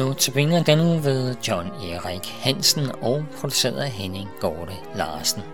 Notabene denne uge ved John Erik Hansen og produceret af Henning Gorte Larsen.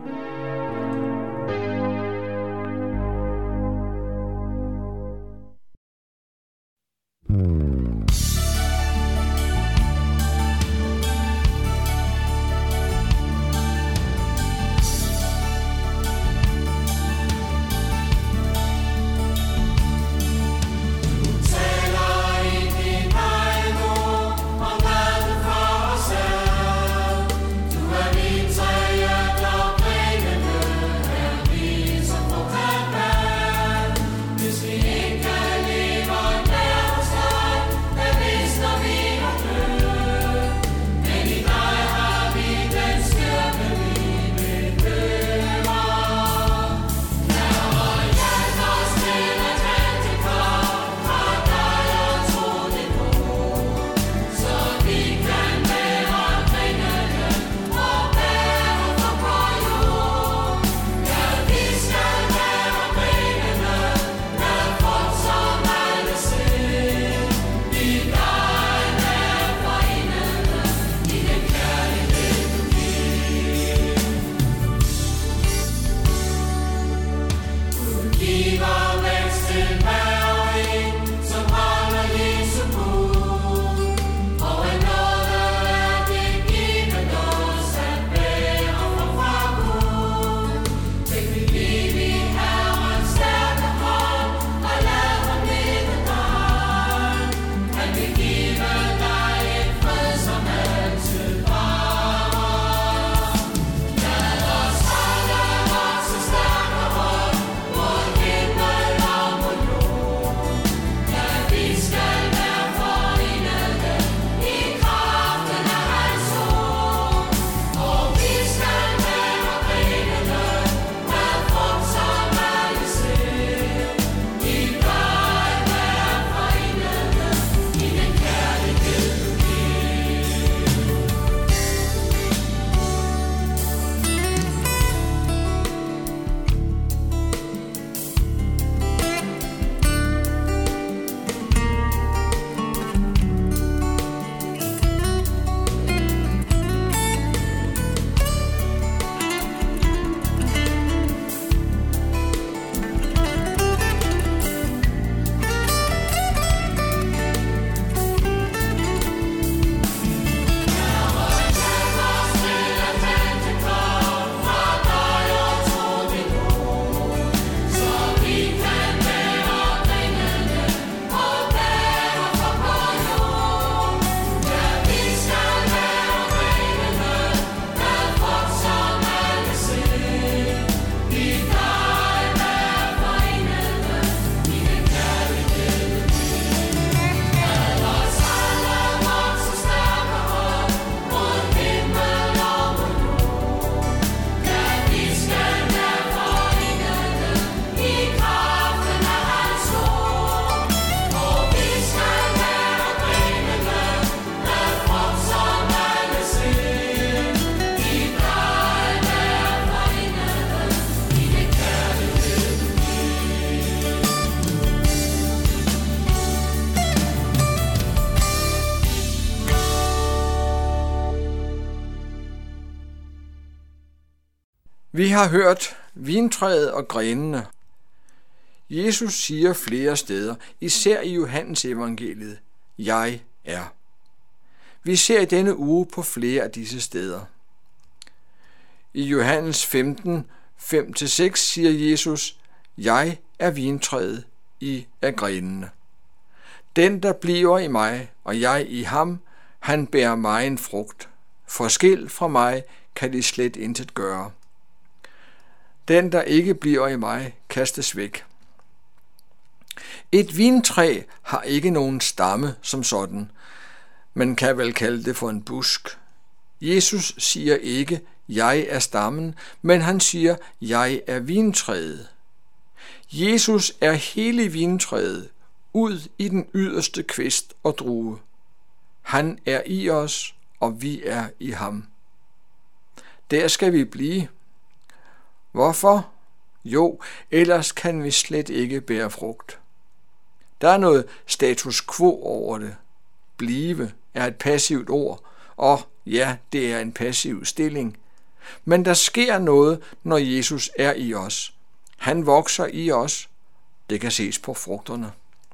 Vi har hørt vintræet og grenene. Jesus siger flere steder, især i Johannes evangeliet, jeg er. Vi ser i denne uge på flere af disse steder. I Johannes 15, 5-6 siger Jesus, jeg er vintræet, I er grenene. Den, der bliver i mig, og jeg i ham, han bærer megen frugt. Forskilt fra mig kan de slet intet gøre. Den, der ikke bliver i mig, kastes væk. Et vintræ har ikke nogen stamme som sådan. Man kan vel kalde det for en busk. Jesus siger ikke, jeg er stammen, men han siger, jeg er vintræet. Jesus er hele vintræet, ud i den yderste kvist og drue. Han er i os, og vi er i ham. Der skal vi blive. Hvorfor? Jo, ellers kan vi slet ikke bære frugt. Der er noget status quo over det. blive er et passivt ord, og ja, det er en passiv stilling. Men der sker noget, når Jesus er i os. Han vokser i os. Det kan ses på frugterne.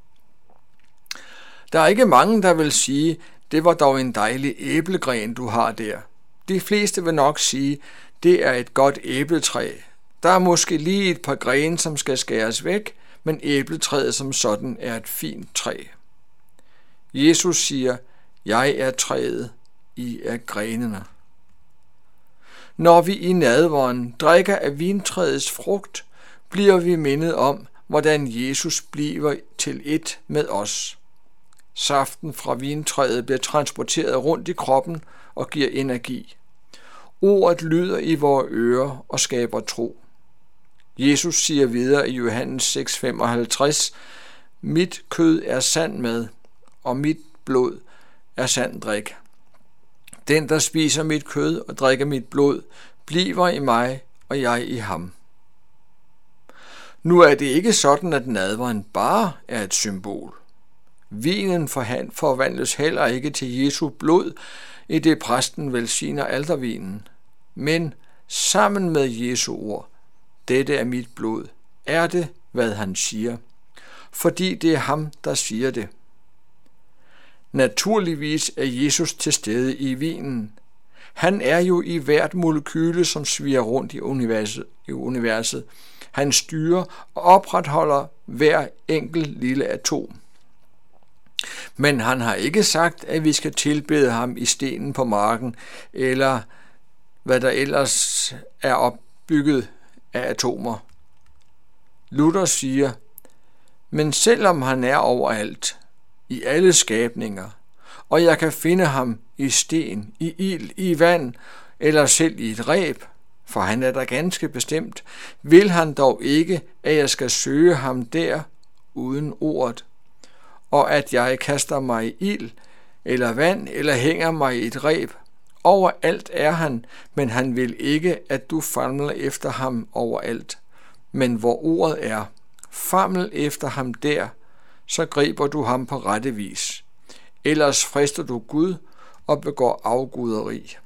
Der er ikke mange, der vil sige, det var dog en dejlig æblegren, du har der. De fleste vil nok sige, det er et godt æbletræ. Der er måske lige et par grene, som skal skæres væk, men æbletræet som sådan er et fint træ. Jesus siger, jeg er træet, I er grenene. Når vi i nadveren drikker af vintræets frugt, bliver vi mindet om, hvordan Jesus bliver til ét med os. Saften fra vintræet bliver transporteret rundt i kroppen og giver energi. Ordet lyder i vores ører og skaber tro. Jesus siger videre i Johannes 6:55, mit kød er sand mad, og mit blod er sand drik. Den, der spiser mit kød og drikker mit blod, bliver i mig, og jeg i ham. Nu er det ikke sådan, at nadveren bare er et symbol. Vinen forvandles heller ikke til Jesu blod, i det præsten velsigner altervinen. Men sammen med Jesu ord, dette er mit blod, er det, hvad han siger, fordi det er ham, der siger det. Naturligvis er Jesus til stede i vinen. Han er jo i hvert molekyle, som sviger rundt i universet. Han styrer og opretholder hver enkelt lille atom. Men han har ikke sagt, at vi skal tilbede ham i stenen på marken, eller hvad der ellers er opbygget af atomer. Luther siger, men selvom han er overalt, i alle skabninger, og jeg kan finde ham i sten, i ild, i vand, eller selv i et reb, for han er der ganske bestemt, vil han dog ikke, at jeg skal søge ham der uden ordet, og at jeg kaster mig i ild, eller vand, eller hænger mig i et reb. Overalt er han, men han vil ikke, at du famler efter ham overalt. Men hvor ordet er, faml efter ham der, så griber du ham på rette vis. Ellers frister du Gud og begår afguderi.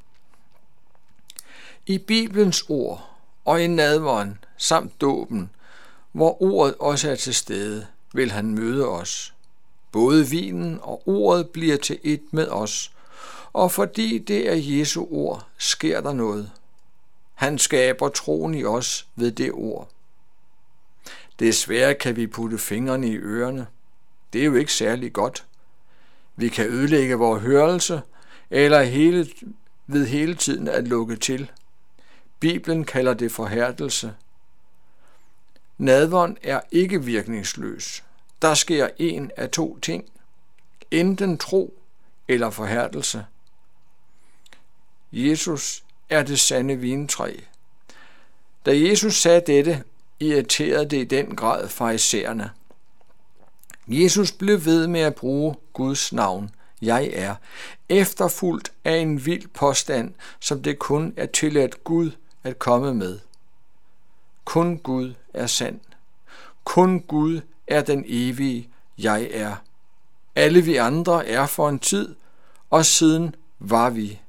I Bibelens ord og i nadveren samt dåben, hvor ordet også er til stede, vil han møde os. Både vinen og ordet bliver til ét med os, og fordi det er Jesu ord, sker der noget. Han skaber troen i os ved det ord. Desværre kan vi putte fingrene i ørerne. Det er jo ikke særlig godt. Vi kan ødelægge vores hørelse, eller ved hele tiden at lukke til. Bibelen kalder det forhærdelse. Nadveren er ikke virkningsløs. Der sker en af to ting. Enten tro eller forhærdelse. Jesus er det sande vintræ. Da Jesus sagde dette, irriterede det i den grad farisæerne. Jesus blev ved med at bruge Guds navn, jeg er, efterfulgt af en vild påstand, som det kun er tilladt Gud at komme med. Kun Gud er sand. Kun Gud er den evige, jeg er. Alle vi andre er for en tid, og siden var vi.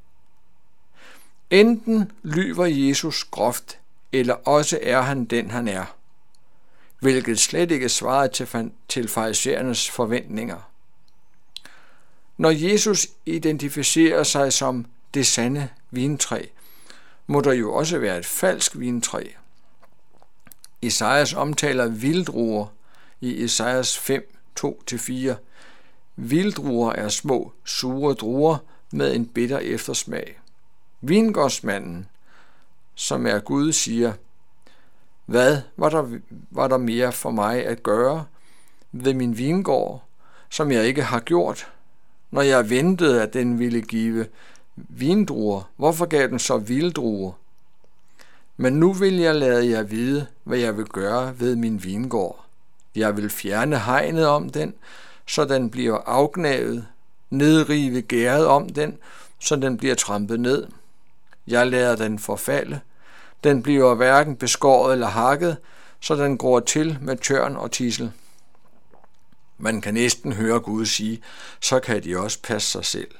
Enten lyver Jesus groft, eller også er han den, han er, hvilket slet ikke svarede til farisæernes forventninger. Når Jesus identificerer sig som det sande vintræ, må der jo også være et falsk vintræ. Esajas omtaler vilddruer i Esajas 5, 2-4. Vilddruer er små, sure druer med en bitter eftersmag. Vingårdsmanden, som er Gud, siger, hvad var der mere for mig at gøre ved min vingård, som jeg ikke har gjort? Når jeg ventede, at den ville give vindruer, hvorfor gav den så vilddruer? Men nu vil jeg lade jer vide, hvad jeg vil gøre ved min vingård. Jeg vil fjerne hegnet om den, så den bliver afgnavet, nedrive gærdet om den, så den bliver trampet ned. Jeg lader den forfalde. Den bliver hverken beskåret eller hakket, så den går til med tørn og tidsel. Man kan næsten høre Gud sige, så kan de også passe sig selv.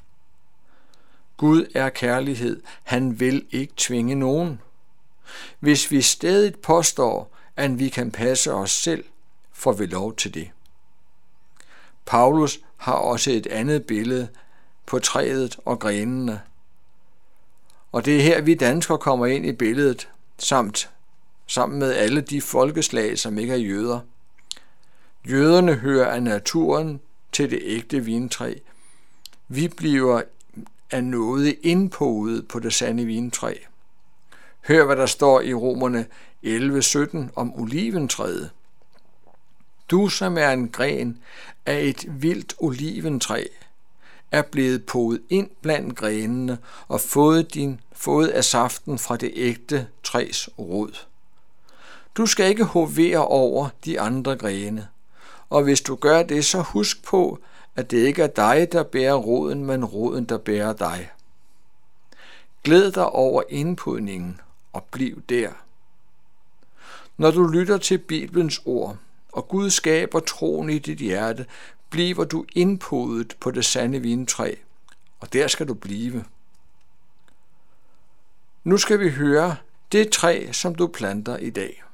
Gud er kærlighed. Han vil ikke tvinge nogen. Hvis vi stadig påstår, at vi kan passe os selv, får vi lov til det. Paulus har også et andet billede på træet og grenene. Og det er her, vi danskere kommer ind i billedet, sammen med alle de folkeslag, som ikke er jøder. Jøderne hører af naturen til det ægte vintræ. Vi bliver af nåde indpodet på det sande vintræ. Hør, hvad der står i Romerne 11:17 om oliventræet. Du, som er en gren af et vildt oliventræ, er blevet podet ind blandt grenene og fået af saften fra det ægte træs rod. Du skal ikke hovere over de andre grene, og hvis du gør det, så husk på, at det ikke er dig, der bærer roden, men roden, der bærer dig. Glæd dig over indpodningen og bliv der. Når du lytter til Bibelens ord, og Gud skaber troen i dit hjerte, bliver du indpodet på det sande vintræ, og der skal du blive. Nu skal vi høre det træ, som du planter i dag.